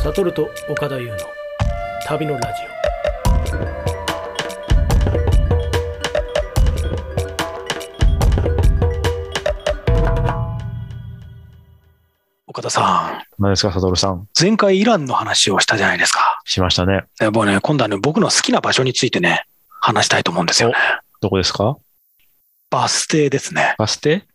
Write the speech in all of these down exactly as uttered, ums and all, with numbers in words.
サトルと岡田優の旅のラジオ。岡田さん、 何ですか、サトルさん。 前回イランの話をしたじゃないですか。 しましたね。 でもうね、今度はね、僕の好きな場所についてね、話したいと思うんですよね。 どこですか？ バス停ですね。 バス停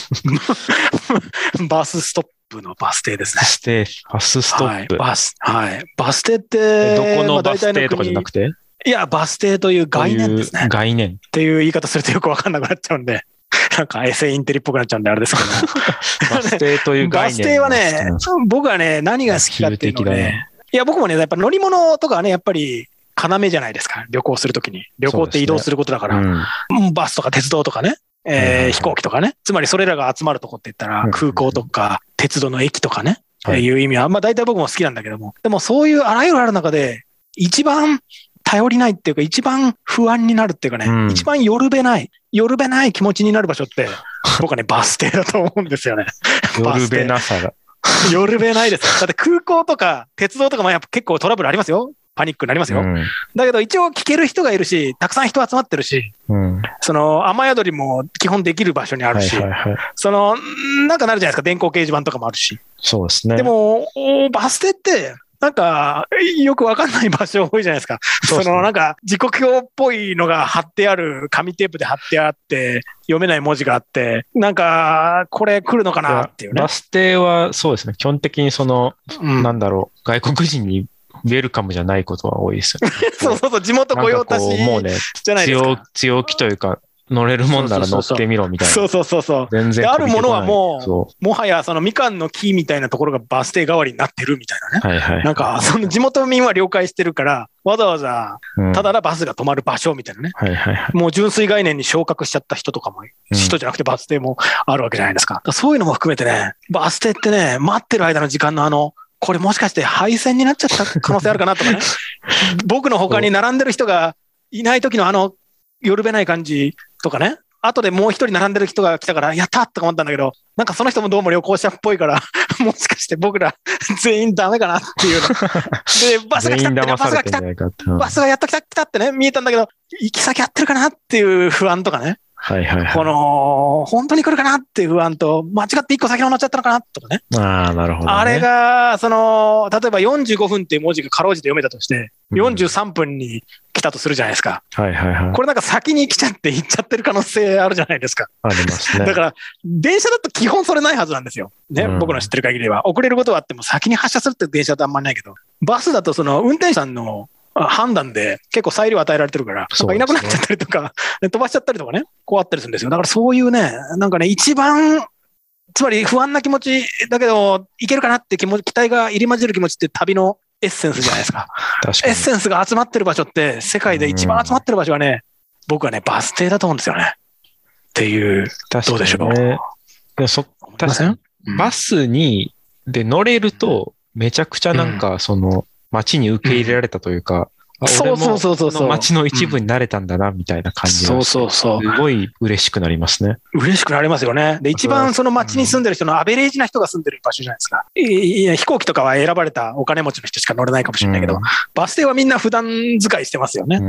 バスストップのバス停ですね。 バス停、バスストップ。 はい、バス、はい。バス停って、 どこのまあバス停とかじゃなくて、 いや、バス停という概念ですね。 概念。 っていう言い方するとよくわかんなくなっちゃうんで、なんかエセインテリっぽくなっちゃうんであれですけど。 バス停という概念。 バス停はね、僕はね、何が好きかっていうのはね、いや、僕もね、やっぱ乗り物とかはね、やっぱり要じゃないですか。旅行するときに。旅行って移動することだから、ね、うん、バスとか鉄道とかね、えー、飛行機とかね。つまりそれらが集まるとこって言ったら、空港とか鉄道の駅とかね、はい、いう意味は、まあ大体僕も好きなんだけども、でもそういうあらゆるある中で、一番頼りないっていうか、一番不安になるっていうかね、うん、一番よるべない、よるべない気持ちになる場所って、僕はね、バス停だと思うんですよね。 よるべなさが。 よるべないです。だって空港とか鉄道とかもやっぱ結構トラブルありますよ。パニックになりますよ。うん、だけど一応聞ける人がいるし、たくさん人集まってるし、うん、その雨宿りも基本できる場所にあるし、はいはいはい、そのなんかなるじゃないですか、電光掲示板とかもあるし。 そうですね。 でもバス停ってなんかよくわかんない場所多いじゃないですか。そ, そのなんか時刻表っぽいのが貼ってある、紙テープで貼ってあって読めない文字があって、なんかこれ来るのかなっていうね。 バス停はそうですね。基本的にその、うん、なんだろう、外国人にウェルカムじゃないことは多いですよね。 そうそうそう、地元御用達じゃないですか。 強、強気というか、乗れるもんなら乗ってみろみたいな。 そうそうそうそう。全然。あるものはもう、もはやそのみかんの木みたいなところがバス停代わりになってるみたいなね。はいはい。なんか、その地元民は了解してるから、わざわざ、ただなバスが止まる場所みたいなね。はいはいはい。もう純粋概念に昇格しちゃった人とかも、人じゃなくてバス停もあるわけじゃないですか。そういうのも含めてね、バス停ってね、待ってる間の時間のあの、これもしかして廃線になっちゃった可能性あるかなとかね。僕の他に並んでる人がいない時のあの、よるべない感じとかね。後でもう一人並んでる人が来たから、やったとか思ったんだけど、なんかその人もどうも旅行者っぽいから、もしかして僕ら全員ダメかなっていうの。で、バスが来たって、ね、バスが来た。バスがやっと来た、来たってね、見えたんだけど、行き先合ってるかなっていう不安とかね。はいはいはい。この、本当に来るかなっていう不安と、間違って一個先の乗っちゃったのかなとかね。 ああ、なるほど、ね。 あれが、その、例えばよんじゅうごふんっていう文字がかろうじて読めたとして、よんじゅうさんぷんに来たとするじゃないですか。はいはいはい。これなんか先に来ちゃって行っちゃってる可能性あるじゃないですか。 ありますね。 だから、電車だと基本それないはずなんですよ。ね、うん、僕の知ってる限りは。遅れることはあっても先に発車するって電車だとあんまりないけど、バスだとその運転手さんの判断で結構裁量与えられてるから、なんかいなくなっちゃったりとか、飛ばしちゃったりとかね、こうあったりするんですよ。だからそういうね、なんかね、一番、つまり不安な気持ちだけど、いけるかなって気持ち、期待が入り混じる気持ちって旅のエッセンスじゃないですか。確かに。エッセンスが集まってる場所って、世界で一番集まってる場所はね、僕はね、バス停だと思うんですよね。っていう、どうでしょう。 いやそ確かに、うん、バスに、で乗れると、めちゃくちゃなんか、その、うん街に受け入れられたというか、うん、そうそうそうそうそう。街の一部になれたんだな、みたいな感じが、うん、そうそうそう。すごい嬉しくなりますね。 嬉しくなりますよね。で、一番その街に住んでる人のアベレージな人が住んでる場所じゃないですか。うん、いや、飛行機とかは選ばれたお金持ちの人しか乗れないかもしれないけど、うん、バス停はみんな普段使いしてますよね。うん、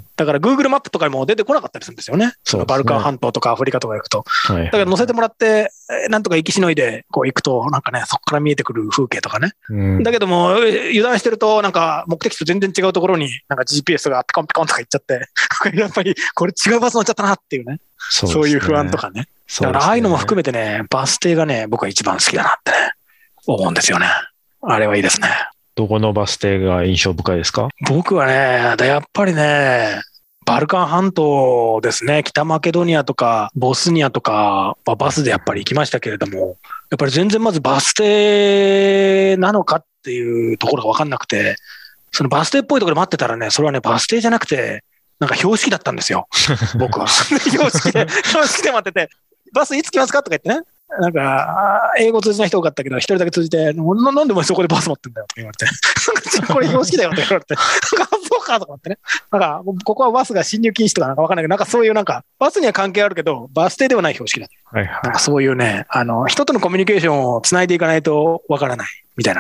だから Google マップとかにも出てこなかったりするんですよね。そのバルカン半島とかアフリカとか行くと。はい、だから乗せてもらって、なんとか行きしのいでこう行くと、なんかね、そこから見えてくる風景とかね。うん、だけども、油断してると、なんか目的地と全然違うところに、なんか ジーピーエス がピコンピコンとか行っちゃって、やっぱりこれ違うバス乗っちゃったなっていうね。そうですね。そういう不安とかね。だからああいうのも含めてね、バス停がね、僕は一番好きだなってね、思うんですよね。あれはいいですね。 どこのバス停が印象深いですか？ 僕はね、やっぱりね、バルカン半島ですね。北マケドニアとかボスニアとか、まあ、バスでやっぱり行きましたけれども、やっぱり全然まずバス停なのかっていうところが分かんなくて、そのバス停っぽいところで待ってたらね、それはね、バス停じゃなくて、なんか標識だったんですよ。僕は。標識で、標識で待ってて、バスいつ来ますかとか言ってね。なんか、英語通じない人多かったけど、一人だけ通じて、な, なんでお前そこでバス待ってんだよとか言われて、これ標識だよとか言われて、なんか、そうかとか思ってね。なんか、ここはバスが進入禁止とかなんかわかんないけど、なんかそういうなんか、バスには関係あるけど、バス停ではない標識だ。はいはい、なんかそういうね、あの、人とのコミュニケーションをつないでいかないとわからないみたいなね。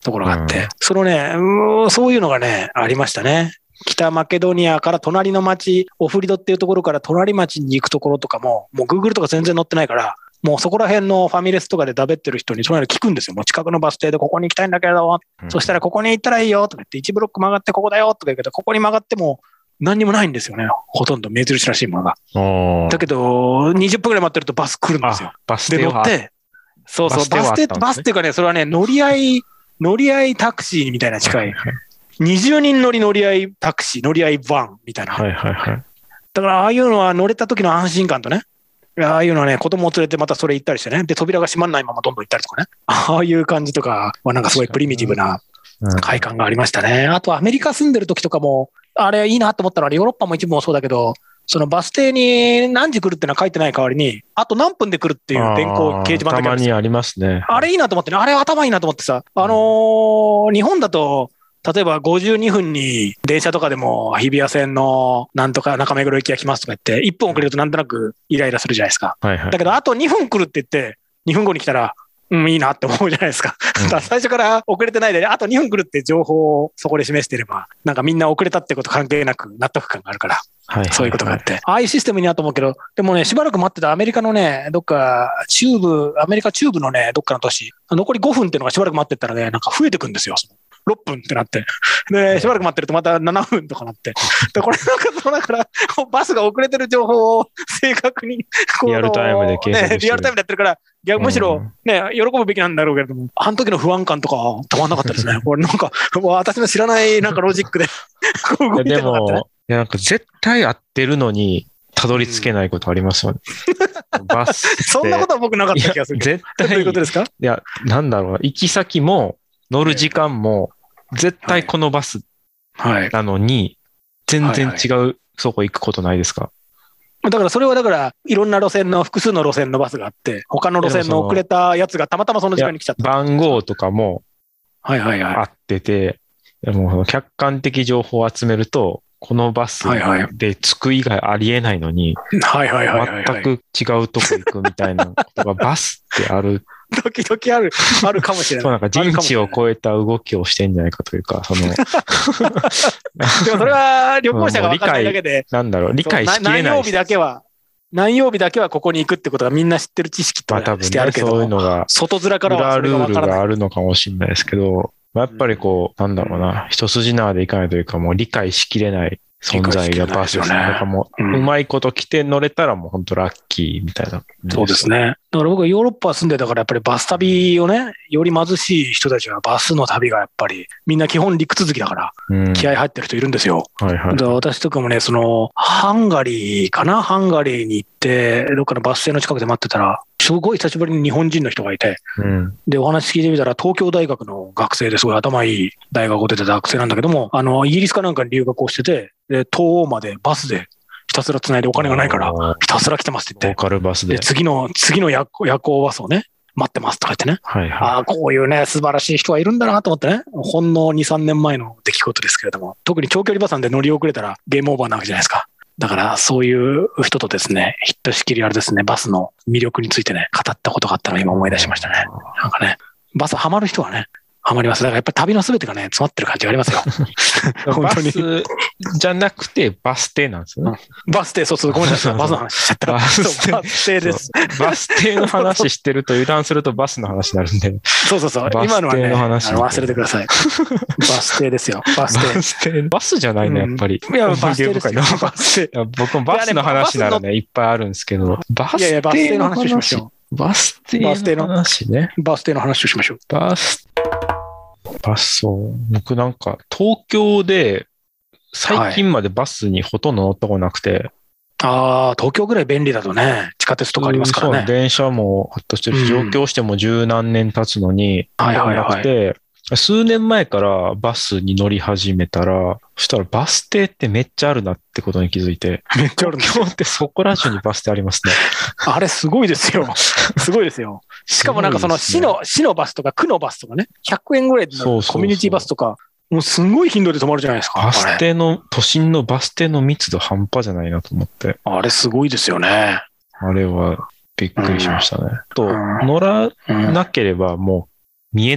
ところがあって、うん、そのね、うそういうのがね、ありましたね。北マケドニアから隣の町、オフリドっていうところから隣町に行くところとかも、もう Google とか全然載ってないから、もうそこら辺のファミレスとかでだべってる人にその間聞くんですよ。もう近くのバス停でここに行きたいんだけど、うん、そしたらここに行ったらいいよとか言って、いちブロック曲がってここだよとか言うけど、ここに曲がっても何にもないんですよね。ほとんど目印らしいものが。だけど、にじゅっぷんぐらい待ってるとバス来るんですよ。 バス停で乗って、 そうそう、バス停、バスっていうかね、それはね、乗り合い、乗り合いタクシーみたいな近い。にじゅうにん乗り乗り合いタクシー、乗り合いバンみたいな。 はいはいはい。 だからああいうのは乗れた時の安心感とね、ああいうのはね、子供を連れてまたそれ行ったりしてね、で、扉が閉まんないままどんどん行ったりとかね。ああいう感じとかはなんかすごいプリミティブな快感がありましたね。あとアメリカ住んでる時とかも、あれいいなと思ったのはヨーロッパも一部もそうだけど、そのバス停に何時来るってのは書いてない代わりに、あと何分で来るっていう電光掲示板だけたまにありますね。 あれいいなと思ってね、あれ頭いいなと思ってさ、あのー、日本だと、例えばごじゅうにふんに電車とかでも日比谷線のなんとか中目黒駅が来ますとか言って、いっぷん遅れるとなんとなくイライラするじゃないですか。はいはい、だけどあとにふん来るって言って、にふんごに来たら、うん、いいなって思うじゃないですか。うん、だから最初から遅れてないで、あとにふん来るって情報をそこで示してれば、なんかみんな遅れたってこと関係なく納得感があるから。はいはいはい、そういうことがあって。ああいうシステムになと思うけど、でもね、しばらく待ってたアメリカのね、どっか、中部、アメリカ中部のね、どっかの都市、残りごふんっていうのがしばらく待ってったらね、なんか増えてくんですよ。ろっぷんってなって。で、しばらく待ってるとまたななふんとかなって。で、これなんかそうだから、バスが遅れてる情報を正確に、こう、 リアルタイムで計測してる、 ね、リアルタイムでやってるから、いやむしろね、喜ぶべきなんだろうけれども、あの時の不安感とかたまんなかったですね。これなんか、私の知らないなんかロジックでこう動いてなかったね。 いや、なんか絶対合ってるのに、たどり着けないことありますよね。うん、バスって。 そんなことは僕なかった気がするけど。絶対。どういうことですか？ いや、なんだろうな。行き先も、乗る時間も、絶対このバスなのに、全然違うそこ行くことないですか？ だからそれはだから、いろんな路線の、複数の路線のバスがあって、他の路線の遅れたやつがたまたまその時間に来ちゃった。 番号とかも、 はいはいはい。 合ってて、もう客観的情報を集めると、このバスで着く以外ありえないのに、全く違うとこ行くみたいなことがバスってある。 時々ある、あるかもしれない。 そうなんか人知を超えた動きをしてんじゃないかというか、その。でもそれは旅行者が分かんないだけで。 なんだろう、理解しきれない。 何曜日だけは、何曜日だけはここに行くってことがみんな知ってる知識としてあるけど、 そういうのが、 外面からはそれが分からない。 ルールがあるのかもしれないですけど、やっぱりこう、なんだろうな、一筋縄でいかないというか、もう理解しきれない存在がバスですね。だからもう、うまいこと来て乗れたらもう本当ラッキーみたいな。 そうですね。だから僕はヨーロッパ住んでたからやっぱりバス旅をね、より貧しい人たちはバスの旅がやっぱりみんな基本陸続きだから気合入ってる人いるんですよ。うんはいはい、だ私とかもね、そのハンガリーかなハンガリーに行ってどっかのバス停の近くで待ってたらすごい久しぶりに日本人の人がいて、うん、でお話聞いてみたら東京大学の学生ですごい頭いい大学を出てた学生なんだけども、あのイギリスかなんかに留学をしてて、で東欧までバスでひたすら繋いでお金がないから、ひたすら来てますって言って。 ローカルバスで。 で、次の、次の夜夜行バスをね、待ってますとか言ってね。はいはい、ああ、こういうね、素晴らしい人がいるんだなと思ってね。ほんのに、さんねんまえの出来事ですけれども、特に長距離バスなんで乗り遅れたらゲームオーバーなわけじゃないですか。だから、そういう人とですね、ひとしきりあれですね、バスの魅力についてね、語ったことがあったのを今思い出しましたね。なんかね、バスハマる人はね、ハマります。だからやっぱり旅のすべてがね、詰まってる感じがありますよ。 本当に。バスじゃなくてバス停なんですよね。 バス停、そうそう、ごめんなさい。バスの話しちゃった。バス停、バス停です。 バス停の話してると油断するとバスの話になるんで。 そうそうそう。今のはね、忘れてください。バス停ですよ。バス停。 バス停。バスじゃないね、やっぱり。 いや、バス停ですよ。バス停。 僕もバスの話ならね、いっぱいあるんですけど、バス停の話をしましょう。バス停の話ね。 バス停の話をしましょう。 バスバス、そう。僕なんか、東京で、最近までバスにほとんど乗ったことなくて。 はい、ああ、東京ぐらい便利だとね、地下鉄とかありますからね。 そう、電車も発達してるし、上京しても十何年経つのに、はいはいはい。数年前からバスに乗り始めたら、そしたらバス停ってめっちゃあるなってことに気づいて。 めっちゃあるんですよ。今日ってそこら中にバス停ありますね。 あれすごいですよ。すごいですよ。しかもなんかその市の、市のバスとか区のバスとかね、ひゃくえんぐらいのコミュニティバスとか、もうすごい頻度で止まるじゃないですか。 バス停の、都心のバス停の密度半端じゃないなと思って。 あれすごいですよね。 あれはびっくりしましたね。うん、と、乗らなければもう見えない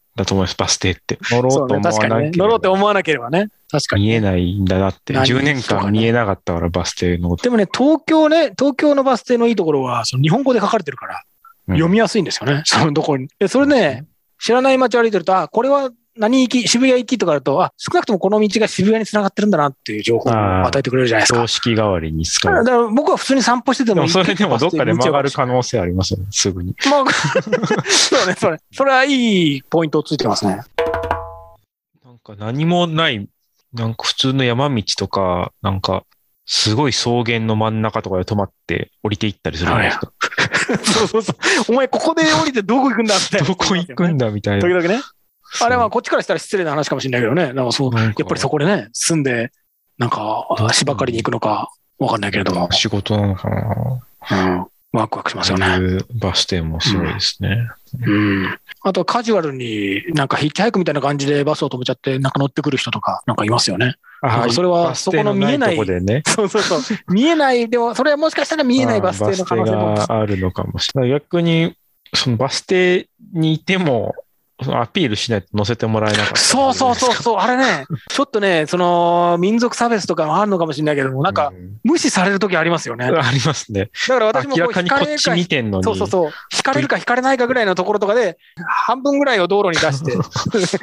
だと思います、バス停って。乗ろうと思わなければ、ね、 乗ろうと思わなければね。確かに。 見えないんだなって。じゅうねんかん見えなかったから、バス停の。 でもね、東京ね、東京のバス停のいいところは、その日本語で書かれてるから、読みやすいんですよね、うん、そのところに。で、それね、知らない街歩いてると、あ、これは何行き、渋谷行きとかだと、あ、少なくともこの道が渋谷に繋がってるんだなっていう情報を与えてくれるじゃないですか。 標識代わりに使う。 だから僕は普通に散歩してても、 でもそれでもどっかで曲がる可能性ありますよね、すぐに。まあ、 そうね、それ。それはいいポイントをついてますね。 なんか何もない、なんか普通の山道とか、なんか、すごい草原の真ん中とかで止まって降りていったりするじゃないですか。 そうそうそう。お前ここで降りてどこ行くんだみたいな、 どこ行くんだみたいな。 時々ね。あれはこっちからしたら失礼な話かもしれないけどね。なんかそう、やっぱりそこでね、住んで、なんか芝刈りに行くのかわかんないけれども。 仕事なのかな。 うん。ワクワクしますよね。 そういうバス停もすごいですね。 うん。うん、あとはカジュアルになんかヒッチハイクみたいな感じでバスを止めちゃってなんか乗ってくる人とかなんかいますよね。ああ、それはそこの見えない、ね、そうそうそう。見えない、でもそれはもしかしたら見えないバス停の可能性もあるのかもしれない。逆に、そのバス停にいても、アピールしないと乗せてもらえなかった。 そうそうそうそう、あれね、ちょっとね、その民族差別とかもあるのかもしれないけども、なんか無視されるときありますよね、 うん。ありますね。 だから私も明らかにこっち見てんのに。 そうそうそう、引かれるか引かれないかぐらいのところとかで、半分ぐらいを道路に出して、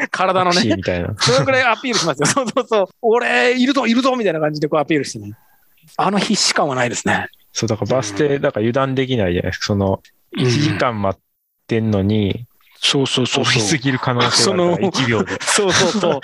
体のね、 みたいなそれぐらいアピールしますよ。そうそうそう、俺、いるぞ、いるぞみたいな感じでこうアピールしてね。あの必死感はないですね。 そう、だからバス停、だから油断できないじゃないですか。その、いちじかん待ってんのに、 そうそうそう。 飛びすぎる可能性があるからいちびょうで。 そうそうそう。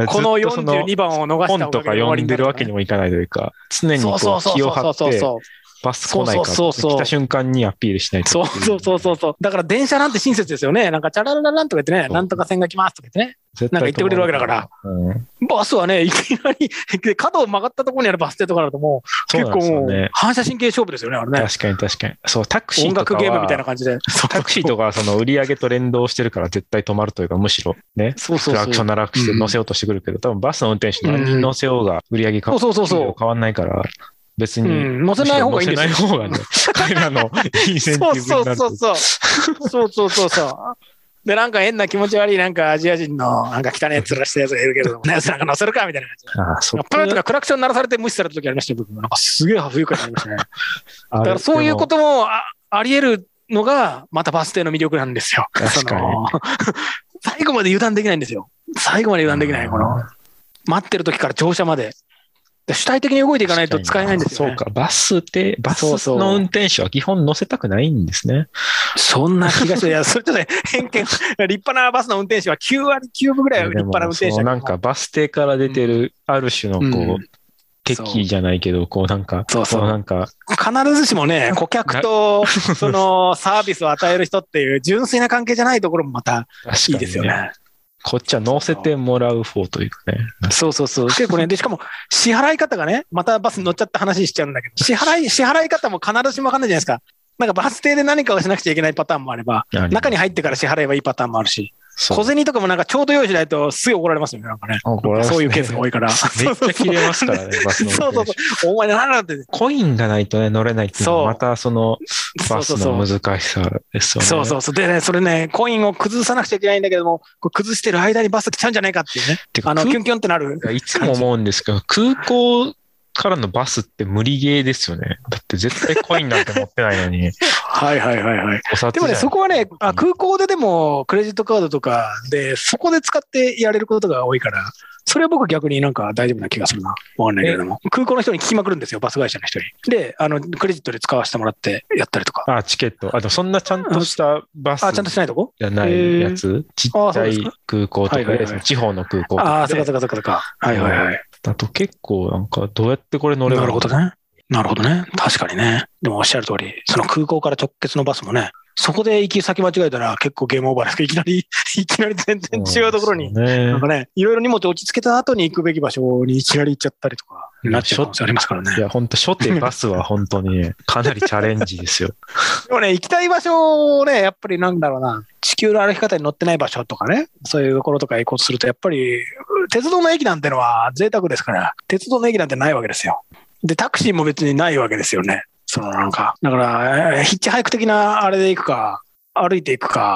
このよんじゅうにばんを逃した本とか読んでるわけにもいかないというか、常にこう気を張って、バス来ないかって来た瞬間にアピールしないと。 そうそうそうそうそう。だから電車なんて親切ですよね。なんかチャラララランとか言ってね、なんとか線が来ますとか言ってね。なんか言ってくれるわけだから。うん、バスはね、いきなり角を曲がったところにあるバス停とかだともう、結構もう反射神経勝負ですよね、あれね。 確かに確かに。そう、タクシーとか。音楽ゲームみたいな感じで。 タクシーとかはその売り上げと連動してるから絶対止まるというか、むしろね、そうそうそうクラクション鳴らして乗せようとしてくるけど、多分バスの運転手何人乗せようが売り上げ変わんないから、別に、 うん、乗せない方がいいんですよ。 乗せない方がね、彼らのインセンティブになる。 そうそうそうそう。そうそうそうそう。で、なんか変な気持ち悪い、なんかアジア人の、なんか汚い面したやつがいるけど、なんか乗せるかみたいな感じで。ああ、そう。プーとかクラクション鳴らされて無視された時ありましたよ、僕も。なんかすげえ不愉快になりましたね。だからそういうことも あ, あり得るのが、またバス停の魅力なんですよ。 確かに。 最後まで油断できないんですよ。最後まで油断できない、この、待ってる時から乗車まで。主体的に動いていかないと使えないんですよね。 そうか、バスで、バスの運転手は基本乗せたくないんですね。 そんな気がして、いや、それちょっとね、偏見、立派なバスの運転手はきゅうわりきゅうぶぐらいは立派な運転手なんかバス停から出てる、ある種のこう、うん、敵じゃないけど、こうなんか、 そうそう。 なんか、 必ずしもね、顧客と、そのサービスを与える人っていう純粋な関係じゃないところもまたいいですよね。 こっちは乗せてもらう方というかね。 そうそうそう。結構ね、で、しかも支払い方がね、またバスに乗っちゃった話しちゃうんだけど、支払い、支払い方も必ずしもわかんないじゃないですか。なんかバス停で何かをしなくちゃいけないパターンもあれば、中に入ってから支払えばいいパターンもあるし、小銭とかもなんかちょうど用意しないとすぐ怒られますよね、なんかね。そういうケースが多いから。 めっちゃ切れますからね、バスの。 そうそうそう。お前何なんて。 コインがないとね、乗れないっていうのは、またその、バスの難しさですよね。 そうそうそう。でね、それね、コインを崩さなくちゃいけないんだけども、こう崩してる間にバス来ちゃうんじゃないかっていうね。あの、キュンキュンってなる。 いつも思うんですけど、空港からのバスって無理ゲーですよね。だって絶対コインなんて持ってないのに。 はいはいはいはい。でもね、そこはね、あ、空港ででもクレジットカードとかで、そこで使ってやれることが多いから、それは僕逆になんか大丈夫な気がするな。わかんないけれども。空港の人に聞きまくるんですよ、バス会社の人に。で、あの、クレジットで使わせてもらってやったりとか。 あ、チケット。あ、でもそんなちゃんとしたバス。 あ、ちゃんとしないとこじゃないやつ、ちっちゃい空港とかで、地方の空港とかで。 ああ、そっかそっかそっかそっか。はいはいはい。 だと結構なんかどうやってこれ乗れるの？ なるほどね。なるほどね。確かにね。でもおっしゃる通り、その空港から直結のバスもね、そこで行き先間違えたら結構ゲームオーバーですけど、いきなり、いきなり全然違うところに、ね、なんかね、いろいろ荷物落ち着けた後に行くべき場所にいきなり行っちゃったりとか、なっちゃう可能性ありますからね。 いや、本当初手バスは本当に、ね、かなりチャレンジですよ。 でもね、行きたい場所をね、やっぱりなんだろうな、地球の歩き方に乗ってない場所とかね、そういうところとか行こうとすると、やっぱり、鉄道の駅なんてのは贅沢ですから、鉄道の駅なんてないわけですよ。で、タクシーも別にないわけですよね。そのなんか、だから、ヒッチハイク的なあれで行くか、歩いていくか、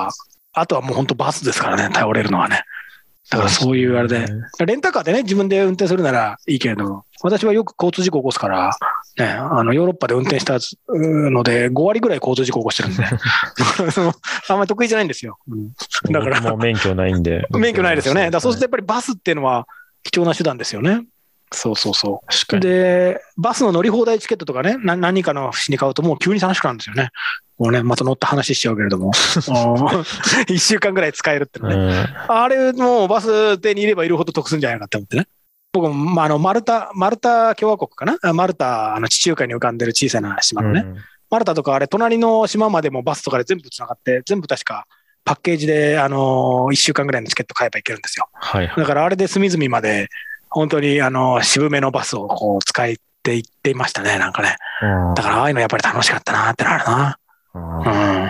あとはもう本当バスですからね、頼れるのはね。だからそういうあれで、レンタカーでね、自分で運転するならいいけれど、私はよく交通事故起こすから、ね、あのヨーロッパで運転したので、ご割ぐらい交通事故起こしてるんで、あんまり得意じゃないんですよ。うん、だから。 もう免許ないんで。 免許ないですよね。だからそうするとやっぱりバスっていうのは貴重な手段ですよね。そうそうそう。で、バスの乗り放題チケットとかね、な何かの節に買うともう急に楽しくなるんですよね。もうね、また乗った話しちゃうけれども。いっしゅうかんぐらい使えるってのね。うん、あれもうバス停にいればいるほど得するんじゃないかって思ってね。僕も、まあ、あの、マルタ、マルタ共和国かなマルタ、あの、地中海に浮かんでる小さな島のね。うん、マルタとかあれ、隣の島までもバスとかで全部繋がって、全部確かパッケージで、あの、いっしゅうかんぐらいのチケット買えばいけるんですよ。はいはい、だからあれで隅々まで、本当に、あの、渋めのバスをこう使っていっていましたね、なんかね。だからああいうのやっぱり楽しかったなってなるな。うん、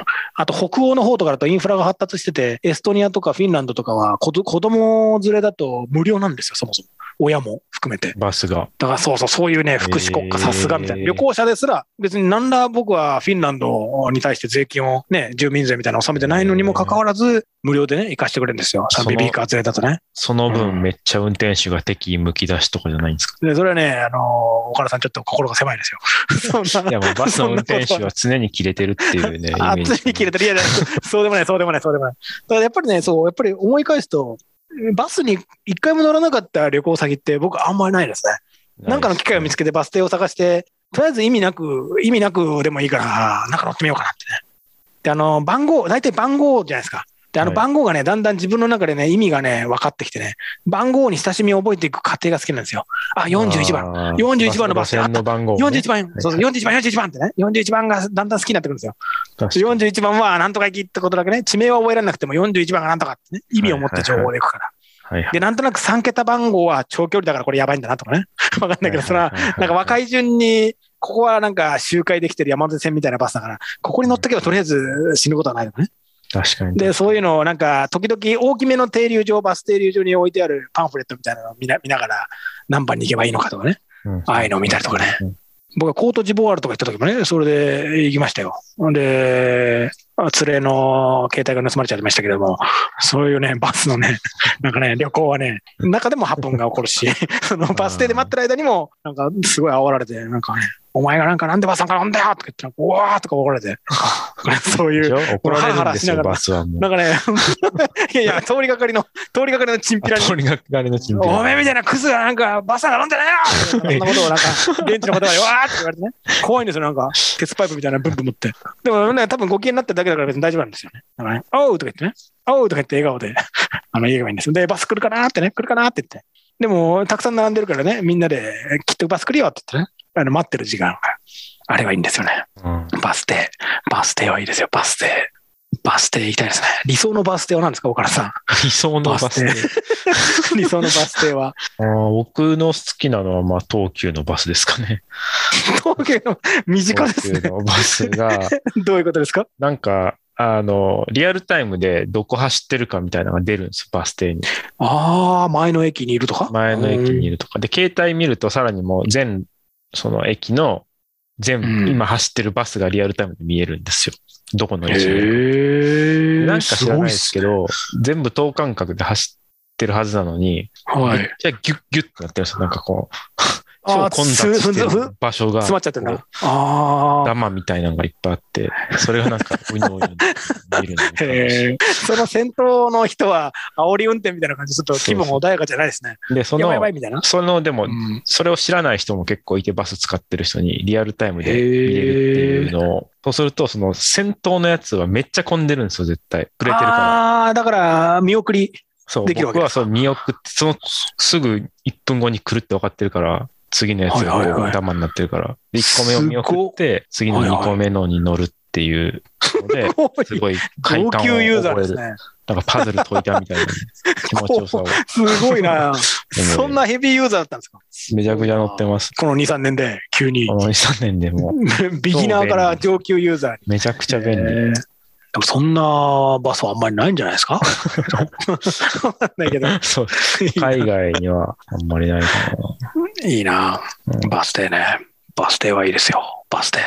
あと北欧の方とかだとインフラが発達してて、エストニアとかフィンランドとかは子供連れだと無料なんですよ、そもそも。親も含めて。 バスが。 だからそうそう、そういうね、福祉国家さすがみたいな。旅行者ですら、別に何ら僕はフィンランドに対して税金をね、住民税みたいなの納めてないのにもかかわらず、無料でね、行かしてくれるんですよ。ベビーカー連れだとね。 その分めっちゃ運転手が敵意むき出しとかじゃないんですか？ で、それはね、あの、岡田さんちょっと心が狭いですよ。 そんな。いや、もうバスの運転手は常に切れてるっていうね。 あ、常に切れてる。いやいや、そうでもない、そうでもない、そうでもない。だからやっぱりね、そう、やっぱり思い返すと、バスに一回も乗らなかった旅行先って僕あんまりないですね。なんかの機会を見つけてバス停を探して、とりあえず意味なく、意味なくでもいいから、なんか乗ってみようかなってね。で、あの、番号、大体番号じゃないですか。で、あの番号がね、だんだん自分の中でね、意味がね、分かってきてね、番号に親しみを覚えていく過程が好きなんですよ。あ、よんじゅういちばん。よんじゅういちばんのバス停あった。よんじゅういちばん、そうそう、よんじゅういちばん、よんじゅういちばんってね。よんじゅういちばんがだんだん好きになってくるんですよ。よんじゅういちばんはなんとか駅ってことだけね、地名は覚えられなくてもよんじゅういちばんがなんとかってね、意味を持って情報でいくから。はいはい、で、なんとなくさん桁番号は長距離だからこれやばいんだなとかね。わかんないけど、それは、なんか若い順に、ここはなんか周回できてる山手線みたいなバスだから、ここに乗っとけばとりあえず死ぬことはないとかね。 確かに。 で、そういうのをなんか、時々大きめの停留場、バス停留場に置いてあるパンフレットみたいなのを見な、見ながら何番に行けばいいのかとかね。うん、ああいうのを見たりとかね。うん、僕はコートジボワールとか行った時もね、それで行きましたよ。で、連れの携帯が盗まれちゃいましたけども、そういうね、バスのね、なんかね、旅行はね、中でもハプンが起こるし、そのバス停で待ってる間にも、なんかすごい煽られて、なんかね、お前がなんかなんでバスなんかなんだよとか言ったら、うわーとか怒られて、そういう、 怒られるんですよ、バスはもう。 なんかね、いやいや、通りがかりの、通りがかりのチンピラに、 通りがかりのチンピラ。 おめえみたいなクズがなんかバスなんか飲んでないよそんなことをなんか、現地の方がわーって言われてね、怖いんですよ、なんか、鉄パイプみたいなブンブン持って。でもね、多分ご機嫌になってるだけだから別に大丈夫なんですよね。だからね、おうとか言ってね、おうとか言って笑顔で、あの、言えばいいんですよ。で、バス来るかなってね、来るかなって言って。でも、たくさん並んでるからね、みんなで、きっとバス来るよって言ってね、あの待ってる時間が、あれはいいんですよね。うん、バス停。バス停はいいですよ、バス停。バス停行きたいですね。理想のバス停は何ですか、岡田さん。 理想のバス停。 理想のバス停は。 あ僕の好きなのは、まあ、東急のバスですかね。 東急の、身近ですね。 東急のバスが。 どういうことですか？ なんか、あの、リアルタイムでどこ走ってるかみたいなのが出るんですよ、バス停に。 ああ、前の駅にいるとか？ 前の駅にいるとか。で、携帯見るとさらにもう全、その駅の全部、うん、今走ってるバスがリアルタイムで見えるんですよ。どこの駅にいるか。なんか知らないですけど、全部等間隔で走ってるはずなのに、はい、めっちゃギュッギュッってなってるんですよ。なんかこう。超混雑してる場所が、 詰まっちゃってるな。 ああ。ダマみたいなのがいっぱいあって、それがなんか、うにょうにょ見るのへその先頭の人は、煽り運転みたいな感じ、ちょっと気分穏やかじゃないですね。 で、その、 やばいやばいみたいな。 その、でも、うん、それを知らない人も結構いて、バス使ってる人にリアルタイムで見れるっていうのを、そうすると、その先頭のやつはめっちゃ混んでるんですよ、絶対。くれてるから。 ああ、だから、見送りできるわけですか。 そう、僕はそう見送って、その、すぐいっぷんごに来るって分かってるから、次のやつがダマになってるから。で、いっこめを見送って、次のにこめのに乗るっていうので、すごい快感を覚える。なんかパズル解いたみたいな気持ちよさを。 すごいなそんなヘビーユーザーだったんですか？ めちゃくちゃ乗ってます。 このに、さんねんで、急に。 このに、さんねんでもう。 ビギナーから上級ユーザーに。 めちゃくちゃ便利。 でもそんなバスはあんまりないんじゃないですか？わかんないけど。 そう。海外にはあんまりないかな。いいな、うん、バス停ね。バス停はいいですよ。バス停。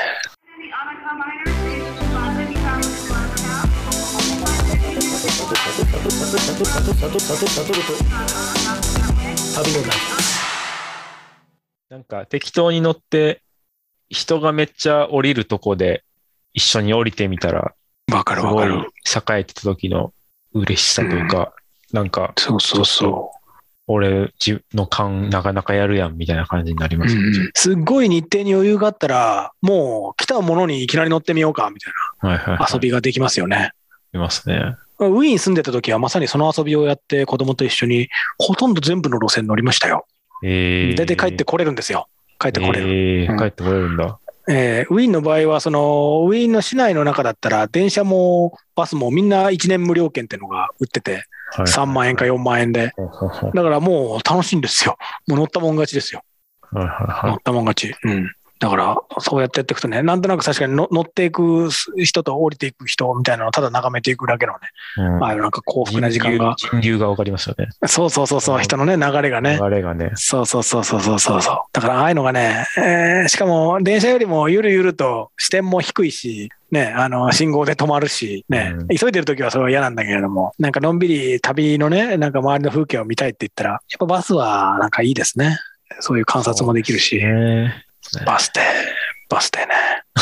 なんか適当に乗って人がめっちゃ降りるとこで一緒に降りてみたら、 わかるわかる。 すごい栄えてた時の嬉しさというか、うん、なんか、 そうそうそう。 俺の勘なかなかやるやんみたいな感じになりますね、 うん。すっごい日程に余裕があったら、もう来たものにいきなり乗ってみようかみたいな遊びができますよね。 いますね。 ウィーン住んでた時はまさにその遊びをやって子供と一緒にほとんど全部の路線乗りましたよ。 えー、 大体帰ってこれるんですよ。帰ってこれる。 えーうん、帰ってこれるんだ。 えー、ウィーンの場合はそのウィーンの市内の中だったら電車もバスもみんないちねん無料券っていうのが売ってて、はい、さんまんえんかよんまんえんで、だからもう楽しいんですよ。もう乗ったもん勝ちですよ。 はいはいはい、 乗ったもん勝ち。うん。だからそうやってやっていくとね、なんとなく確かに乗っていく人と降りていく人みたいなのをただ眺めていくだけのね、うん、ああいうなんか幸福な時間が人流が分かりますよね。 そうそうそうそう、人のね流れがね、 流れがね、 そうそうそうそうそうそう、だからああいうのがね、えー、しかも電車よりもゆるゆると視点も低いし。ね、あの信号で止まるし、ね、うん、急いでるときはそれは嫌なんだけれども、なんかのんびり旅のね、なんか周りの風景を見たいって言ったら、やっぱバスはなんかいいですね。そういう観察もできるし、 ね、 バス停、バス停ね。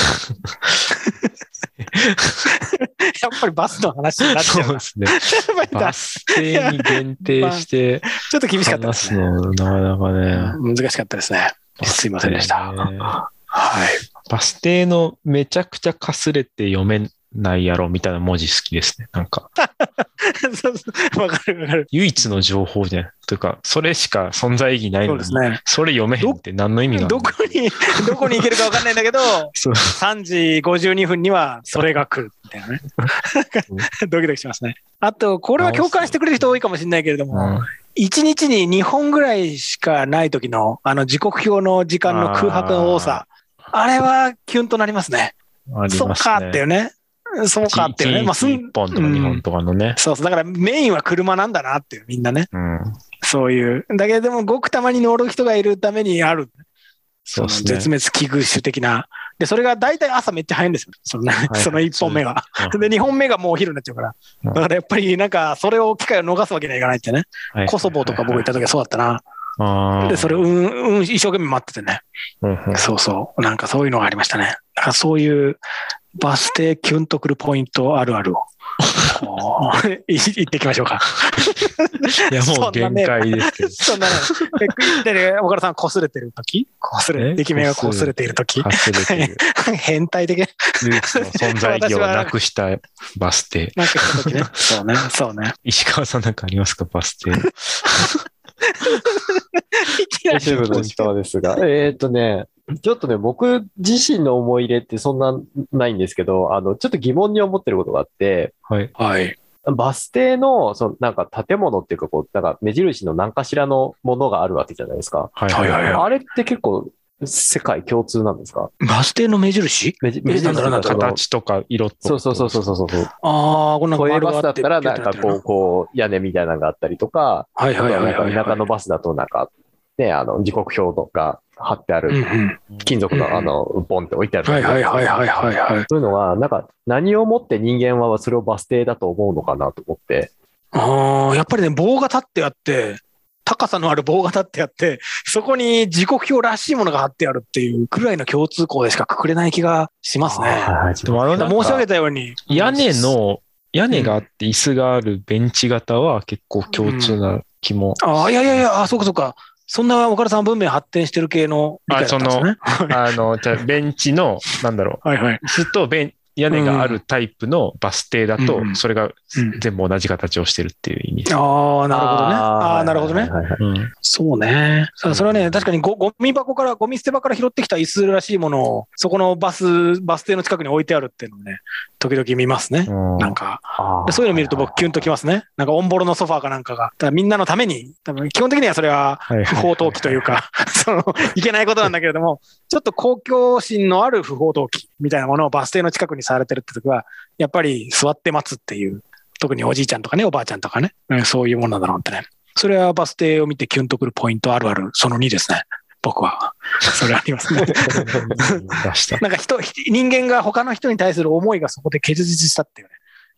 やっぱりバスの話になっちゃう。 そうですね。バス停に限定して、 ちょっと厳しかったですね。 なかなかね。 難しかったですね。すいませんでした。はい。 バス停のめちゃくちゃかすれて読めないやろみたいな文字好きですね。なんか。 そうそう。わかるわかる。 唯一の情報じゃん。というか、それしか存在意義ないのに、そうですね、それ読めへんって何の意味があるの？どこに、どこに行けるかわかんないんだけど、さんじごじゅうにふんにはそれが来るみたいなね。ドキドキしますね。あと、これは共感してくれる人多いかもしれないけれども、うん、いちにちににほんぐらいしかない時の、あの時刻表の時間の空白の多さ。あれはキュンとなりますね。 ありますね。 そうかっていうね。そうかっていうね。まあ、 いっぽんとかにほんとかのね、うん。 そうそう。だからメインは車なんだなっていうみんなね。 うん、 そういう。だけどもごくたまに乗る人がいるためにある。その絶滅危惧種的な。で、それが大体朝めっちゃ早いんですよ。その、ねはいはい、そのいっぽんめが。で、にほんめがもうお昼になっちゃうから。だからやっぱりなんかそれを機会を逃すわけにはいかないってね。はい、コソボとか僕行った時はそうだったな。で、それを、うん、うん、一生懸命待っててね、うんうん。そうそう。なんかそういうのがありましたね。だからそういうバス停キュンとくるポイントあるあるを。行ってきましょうか。 いや、もう限界ですけど。 そんなね。で、岡田さん、擦れてるとき擦れ、駅名が擦れているとき変態的な。 ルーツの存在意義をなくしたバス停。 なくしたときね。そうね。そうね。 石川さんなんかありますか、バス停。 大丈夫の石川ですが。えーっとね、ちょっとね、僕自身の思い入れってそんなないんですけど、あの、ちょっと疑問に思ってることがあって、 はい。 はい。 バス停の、そのなんか建物っていうか、こう、なんか目印の何かしらのものがあるわけじゃないですか。 はいはいはい。 あれって結構、世界共通なんですか？ バス停の目印？ 目印なんだろうな、 形とか色とか。 そうそうそうそうそうそう。 ああ、こんな都営バスだったら、なんかこう、こう、屋根みたいなのがあったりとか、 はいはいはいはい。 田舎のバスだとなんか、ね、あの、時刻表とか貼ってある、金属のあの、ボンって置いてある。 はいはいはいはいはいはい。 そういうのは、なんか、何をもって人間はそれをバス停だと思うのかなと思って。 ああ、やっぱりね、棒が立ってあって、高さのある棒が立ってあって、そこに時刻表らしいものが貼ってあるっていうくらいの共通項でしかくくれない気がしますね。 でもあの申し上げたように。 屋根の、屋根があって椅子があるベンチ型は結構共通な気も。 うん、ああ、いやいやいや、あ、そうかそうか。そんな岡田さん文明発展してる系の理解だったんですね。 あ、その、あの、じゃベンチの、なんだろう。 はいはい。 椅子とベン、屋根があるタイプのバス停だと、うん、それが全部同じ形をしてるっていう意味です。 うん、ああ、なるほどね。ああ、なるほどね。そうね。それはね、確かにゴゴミ箱から、ゴミ捨て場から拾ってきた椅子らしいものを、そこのバス、バス停の近くに置いてあるっていうのをね、時々見ますね。なんか。そういうの見ると僕キュンときますね。なんかオンボロのソファーかなんかが。だからみんなのために、多分基本的にはそれは不法投棄というか、その、いけないことなんだけれども、ちょっと公共心のある不法投棄みたいなものをバス停の近くにされてるって時は、やっぱり座って待つっていう、特におじいちゃんとかね、おばあちゃんとかね、そういうものなんだろうってね。それはバス停を見てキュンとくるポイントあるある、そのにですね。僕は。それありますね。なんか人、人間が他の人に対する思いがそこで結実したっていうね。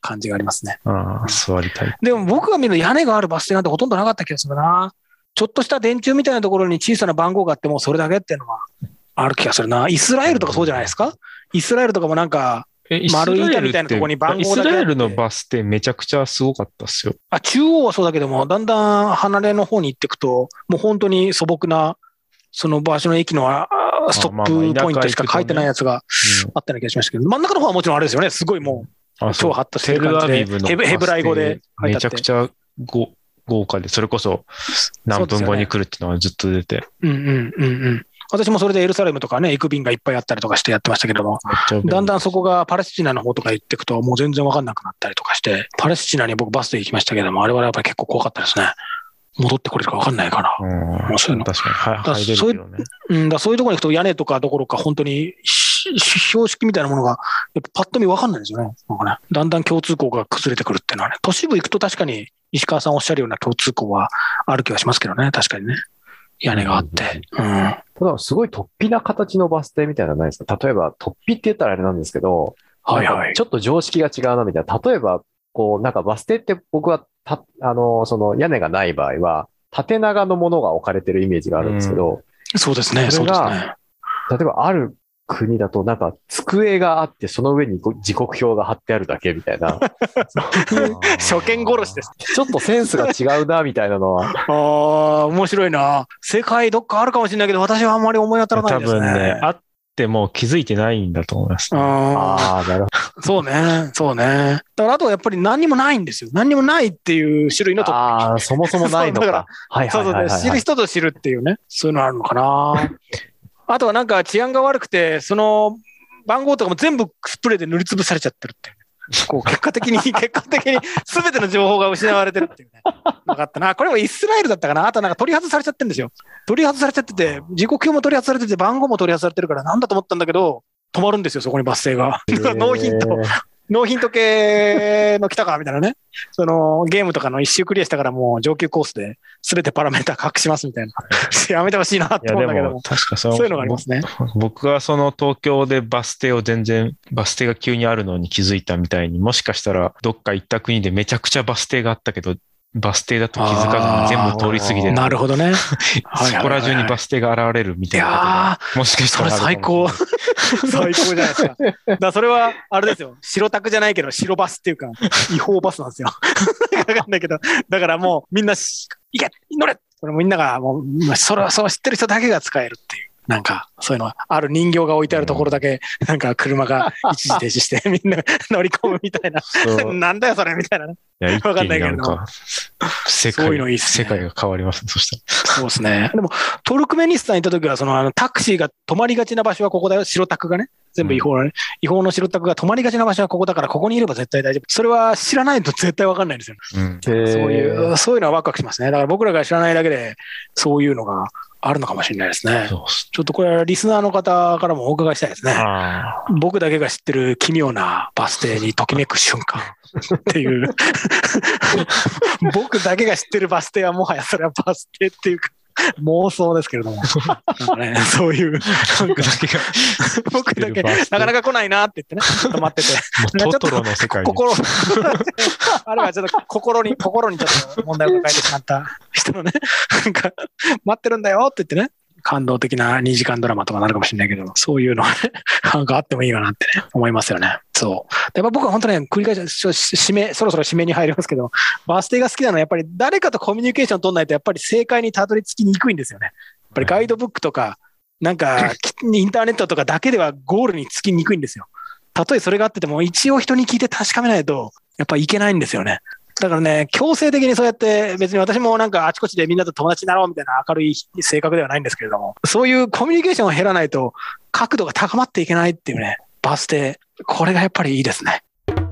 感じがありますね。 ああ、座りたい。 でも僕が見る屋根があるバス停なんてほとんどなかった気がするな。ちょっとした電柱みたいなところに小さな番号があってもそれだけっていうのはある気がするな。イスラエルとかそうじゃないですか。イスラエルとかもなんか、丸い板みたいなところに番号だけあって。 イスラエルのバス停めちゃくちゃすごかったっすよ。 あ、中央はそうだけども、だんだん離れの方に行っていくと、もう本当に素朴な、その場所の駅のストップポイントしか書いてないやつがあったような気がしましたけど、真ん中の方はもちろんあれですよね。すごいもう、超発達してる感じで、ヘブライ語で書いてあって。 めちゃくちゃ豪華で、それこそ何分後に来るっていうのはずっと出て。 うんうんうんうん。私もそれでエルサレムとかね、行く便がいっぱいあったりとかしてやってましたけども、だんだんそこがパレスチナの方とか行っていくと、もう全然わかんなくなったりとかして、パレスチナに僕バスで行きましたけども、あれはやっぱり結構怖かったですね。戻ってこれるかわかんないから。 うん、そういうの。確かに。はい、 そういう、うんだ、そういうところに行くと屋根とかどころか本当に標識みたいなものがやっぱパッと見わかんないですよね。なんかね。だんだん共通項が崩れてくるっていうのはね。都市部行くと確かに石川さんおっしゃるような共通項はある気はしますけどね。確かにね。屋根があって。うん。 ただすごい突飛な形のバス停みたいなのないですか？例えば突飛って言ったらあれなんですけど、はいはい。ちょっと常識が違うなみたいな。例えば、こう、なんかバス停って僕はた、あの、その屋根がない場合は、縦長のものが置かれてるイメージがあるんですけど、 うん、そうですね、そうですね。 例えばある国だとなんか机があってその上に時刻表が貼ってあるだけみたいな初見殺しです。 ちょっとセンスが違うなみたいなのはああ面白いな。世界どっかあるかもしれないけど私はあんまり思い当たらないですね。 多分ねあっても気づいてないんだと思います、 ね、ああなるほど。そうねそうね。だからあとはやっぱり何にもないんですよ。何にもないっていう種類のとああそもそもないのか。だからはいはいはいはい、そうそう知る人ぞ知るっていうねそういうのあるのかな。あとはなんか治安が悪くて、その番号とかも全部スプレーで塗りつぶされちゃってるっていう、ね。こう結果的に、結果的に全ての情報が失われてるっていうね。分かったな。これはイスラエルだったかな。あとなんか取り外されちゃってるんですよ。取り外されちゃってて、時刻表も取り外されてて、番号も取り外されてるからなんだと思ったんだけど、止まるんですよ、そこにバス停が。ノーヒント。ノーヒント系の来たかみたいなね。そのゲームとかの一周クリアしたからもう上級コースで全てパラメータ隠しますみたいな。やめてほしいなって思うんだけども。 確かそのそういうのがありますね。 僕がその東京でバス停を全然、バス停が急にあるのに気づいたみたいに、もしかしたらどっか行った国でめちゃくちゃバス停があったけど、バス停だと気づかずに全部通り過ぎてなるほどね。 そこら中にバス停が現れるみたいな。いやもしかしたらそれ最高。最高じゃないですか。だからそれは、あれですよ。白タクじゃないけど、白バスっていうか、違法バスなんですよ。わかんないけど。だからもう、みんな、行け乗れこれみんなが、もう、それはそう知ってる人だけが使えるっていう。なんか、そういうのは、ある人形が置いてあるところだけ、なんか車が一時停止して、みんな乗り込むみたいな。なんだよ、それみたいな。わかんないけど。 世界、そういうのいいっすね、世界が変わりますね、そしたら。そうですね。でも、トルクメニスタンに行った時は、その、あの、タクシーが止まりがちな場所はここだよ。白タクがね。全部違法なね、うん。違法の白タクが止まりがちな場所はここだから、ここにいれば絶対大丈夫。それは知らないと絶対わかんないんですよ、うん。そういう、そういうのはワクワクしますね。だから僕らが知らないだけで、そういうのがあるのかもしれないですね。ちょっとこれはリスナーの方からもお伺いしたいですね。僕だけが知ってる奇妙なバス停にときめく瞬間っていう。僕だけが知ってるバス停はもはやそれはバス停っていうか。妄想ですけれども。なんかね、そういう。僕だけが。僕だけ、なかなか来ないなって言ってね、止まってて。 トトロの世界に。 心、あれはちょっと心に、心にちょっと問題を抱えてしまった人のね、なんか、待ってるんだよって言ってね、感動的なにじかんドラマとかなるかもしれないけど、そういうのはね、なんかあってもいいかなってね、思いますよね。そう。やっぱ僕は本当ね、繰り返し、締め、そろそろ締めに入りますけど、バス停が好きなのはやっぱり誰かとコミュニケーション取んないとやっぱり正解にたどり着きにくいんですよね。やっぱりガイドブックとか、なんかインターネットとかだけではゴールにつきにくいんですよ。たとえそれがあってても一応人に聞いて確かめないとやっぱいけないんですよね。だからね、強制的にそうやって別に私もなんかあちこちでみんなと友達になろうみたいな明るい性格ではないんですけれども、そういうコミュニケーションを減らないと角度が高まっていけないっていうね、バス停、これがやっぱりいいですね。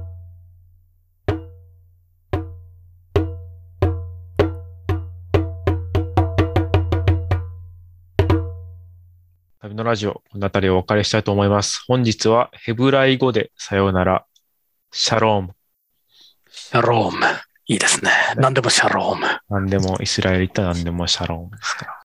旅のラジオ、この辺りお別れしたいと思います。本日はヘブライ語でさようなら、シャローム。 シャローム。いいですね。何でもシャローム。 何でもイスラエル行ったら何でもシャロームですから。